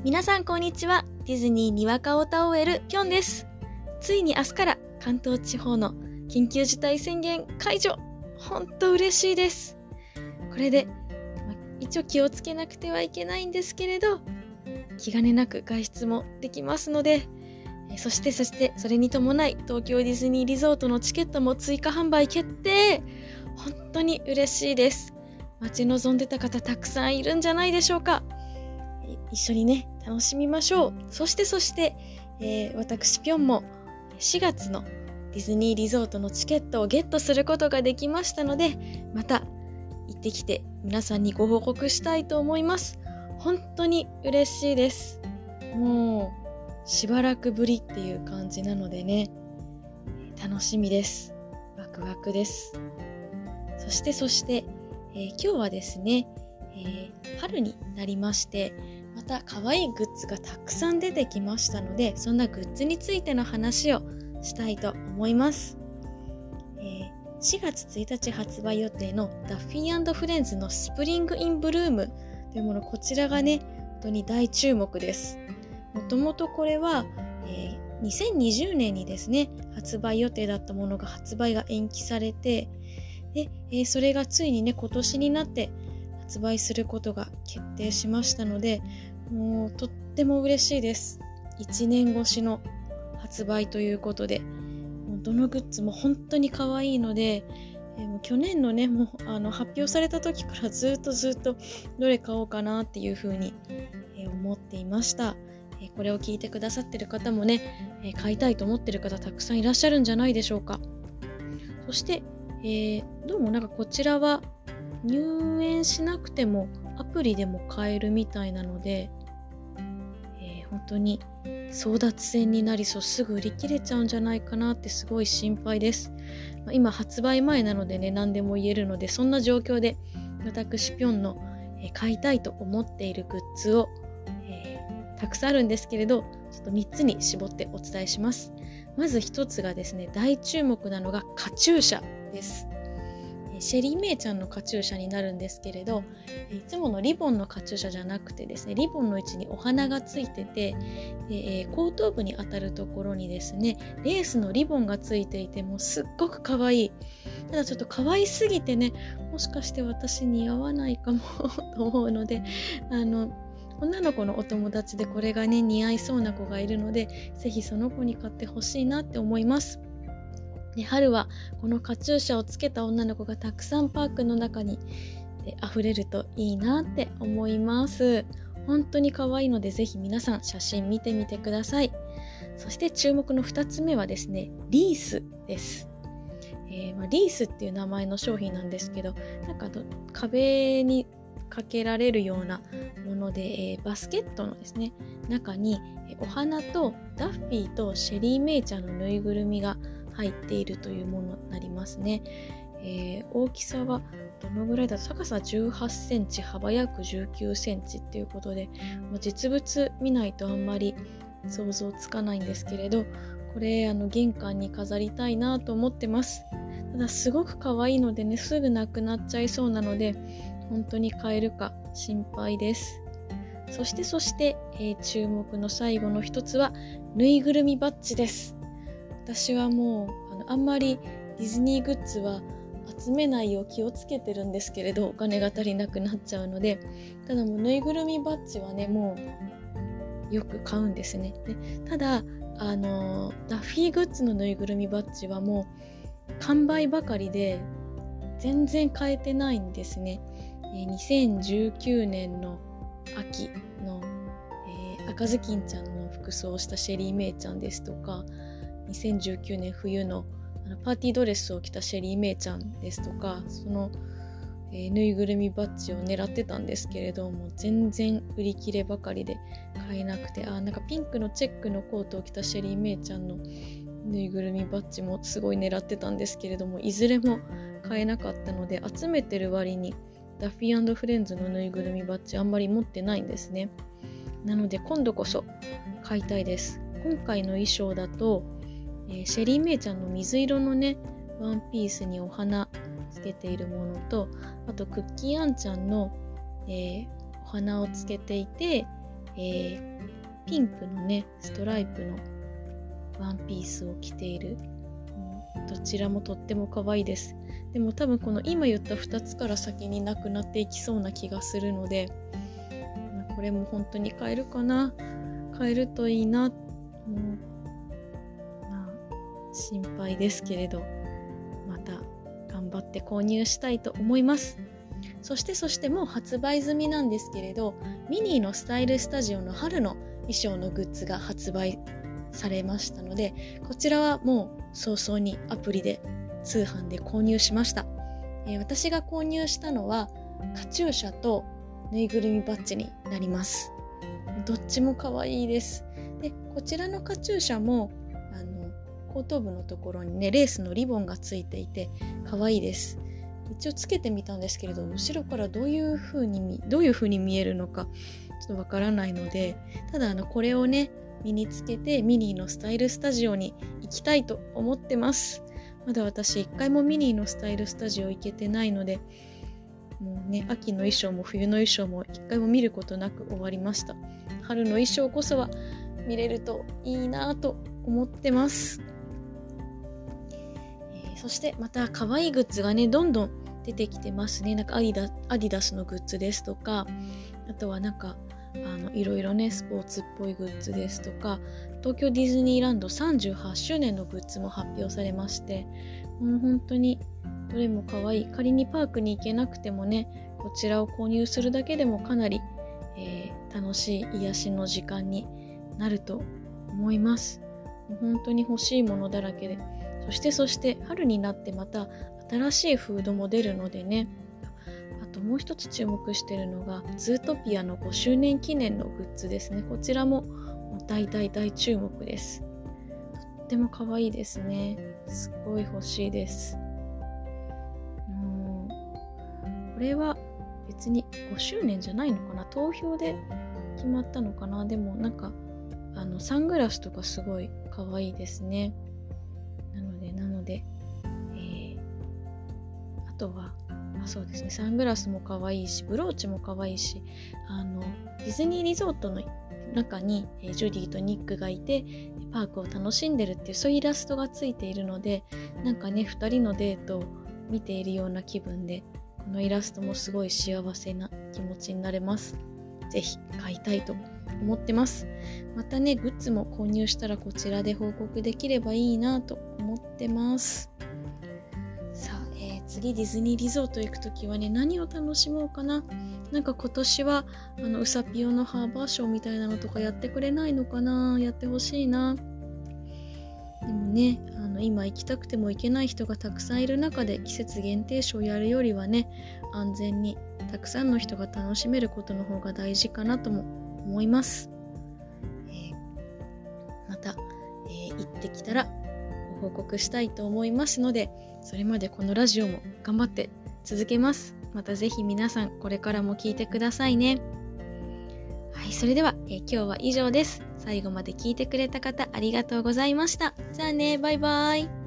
皆さんこんにちは。ディズニーにわかオタ OL きょんです。ついに明日から関東地方の緊急事態宣言解除。ほんと嬉しいです。これで、一応気をつけなくてはいけないんですけれど、気兼ねなく外出もできますので、そしてそれに伴い東京ディズニーリゾートのチケットも追加販売決定。本当に嬉しいです。待ち望んでた方たくさんいるんじゃないでしょうか。一緒にね楽しみましょう。そして、私ぴょんも4月のディズニーリゾートのチケットをゲットすることができましたので、また行ってきて皆さんにご報告したいと思います。本当に嬉しいです。もうしばらくぶりっていう感じなのでね、楽しみです。ワクワクです。そして、今日はですね、春になりまして、また可愛いグッズがたくさん出てきましたので、そんなグッズについての話をしたいと思います。4月1日発売予定のダッフィー&フレンズのスプリングインブルームというもの、こちらがね本当に大注目です。もともとこれは、2020年にですね発売予定だったものが発売が延期されて、で、それがついにね今年になって発売することが決定しましたので、もうとっても嬉しいです。1年越しの発売ということで、もうどのグッズも本当に可愛いので、もう去年のねもう発表された時からずっとどれ買おうかなっていう風に、思っていました。これを聞いてくださってる方もね、買いたいと思ってる方たくさんいらっしゃるんじゃないでしょうか。そして、どうもなんかこちらは入園しなくてもアプリでも買えるみたいなので、本当に争奪戦になりそう、すぐ売り切れちゃうんじゃないかなってすごい心配です。今発売前なのでね何でも言えるので、そんな状況で私ぴょんの、買いたいと思っているグッズを、たくさんあるんですけれど、ちょっと3つに絞ってお伝えします。まず1つがですね、大注目なのがカチューシャです。シェリーメイちゃんのカチューシャになるんですけれど、いつものリボンのカチューシャじゃなくてですね、リボンの位置にお花がついてて、後頭部に当たるところにですねレースのリボンがついていて、もうすっごく可愛い。ただちょっと可愛すぎてね、もしかして私似合わないかもと思うので、女の子のお友達でこれがね似合いそうな子がいるので、ぜひその子に買ってほしいなって思います。で、春はこのカチューシャをつけた女の子がたくさんパークの中に溢れるといいなって思います。本当に可愛いので、ぜひ皆さん写真見てみてください。そして注目の2つ目はですね、リースです。リースっていう名前の商品なんですけど、なんか壁にかけられるようなもので、バスケットのですね中にお花とダッフィーとシェリーメイちゃんのぬいぐるみが入っているというものになりますね。大きさはどのぐらいだと、高さ18センチ、幅約19センチっていうことで、実物見ないとあんまり想像つかないんですけれど、これ玄関に飾りたいなと思ってます。ただすごく可愛いのでね、すぐなくなっちゃいそうなので、本当に買えるか心配です。そして、注目の最後の一つはぬいぐるみバッジです。私はもうあんまりディズニーグッズは集めないよう気をつけてるんですけれど、お金が足りなくなっちゃうので、ただもうぬいぐるみバッジはねもうよく買うんですね。でただダッフィーグッズのぬいぐるみバッジはもう完売ばかりで全然買えてないんですね。2019年の秋の、赤ずきんちゃんの服装をしたシェリーメイちゃんですとか、2019年冬のパーティードレスを着たシェリーメイちゃんですとか、その、ぬいぐるみバッジを狙ってたんですけれども、全然売り切ればかりで買えなくて、なんかピンクのチェックのコートを着たシェリーメイちゃんのぬいぐるみバッジもすごい狙ってたんですけれども、いずれも買えなかったので、集めてる割にダッフィー&フレンズのぬいぐるみバッジあんまり持ってないんですね。なので今度こそ買いたいです。今回の衣装だと、シェリーメイちゃんの水色のねワンピースにお花つけているものと、あとクッキーアンちゃんの、お花をつけていて、 ピンクのねストライプのワンピースを着ている、どちらもとっても可愛いです。でも多分この今言った2つから先になくなっていきそうな気がするので、これも本当に買えるかな。買えるといいな。心配ですけれど、また頑張って購入したいと思います。そしてもう発売済みなんですけれど、ミニーのスタイルスタジオの春の衣装のグッズが発売されましたので、こちらはもう早々にアプリで通販で購入しました。私が購入したのはカチューシャとぬいぐるみバッジになります。どっちも可愛いです。で、こちらのカチューシャも後頭部のところにねレースのリボンがついていて可愛いです。一応つけてみたんですけれど、後ろからどういう風に見えるのかちょっとわからないので、ただこれをね身につけてミニーのスタイルスタジオに行きたいと思ってます。まだ私一回もミニーのスタイルスタジオ行けてないので、もうね秋の衣装も冬の衣装も一回も見ることなく終わりました。春の衣装こそは見れるといいなと思ってます。そしてまた可愛いグッズがねどんどん出てきてますね。なんかアディダスのグッズですとか、あとはなんかいろいろねスポーツっぽいグッズですとか、東京ディズニーランド38周年のグッズも発表されまして、もう本当にどれも可愛い。仮にパークに行けなくてもね、こちらを購入するだけでもかなり、楽しい癒しの時間になると思います。本当に欲しいものだらけで、そして春になってまた新しいフードも出るのでね。あともう一つ注目しているのがズートピアの5周年記念のグッズですね。こちらも大注目です。とっても可愛いですね。すごい欲しいです。これは別に5周年じゃないのかな、投票で決まったのかな。でもなんかサングラスとかすごい可愛いですね。なので、あとはそうですね、サングラスも可愛いし、ブローチも可愛いし、ディズニーリゾートの中にジュディとニックがいてパークを楽しんでるっていう、そういうイラストがついているので、なんかね2人のデートを見ているような気分で、このイラストもすごい幸せな気持ちになれます。ぜひ買いたいと思ってます。またねグッズも購入したらこちらで報告できればいいなと思ってます。さあ、次ディズニーリゾート行くときはね何を楽しもうかな。なんか今年はウサピオのハーバーショーみたいなのとかやってくれないのかな。やってほしいな。でもね今行きたくても行けない人がたくさんいる中で季節限定ショーやるよりはね、安全にたくさんの人が楽しめることの方が大事かなとも思います。また、行ってきたらご報告したいと思いますので、それまでこのラジオも頑張って続けます。またぜひ皆さんこれからも聞いてくださいね。はい、それでは、今日は以上です。最後まで聞いてくれた方ありがとうございました。じゃあね、バイバイ。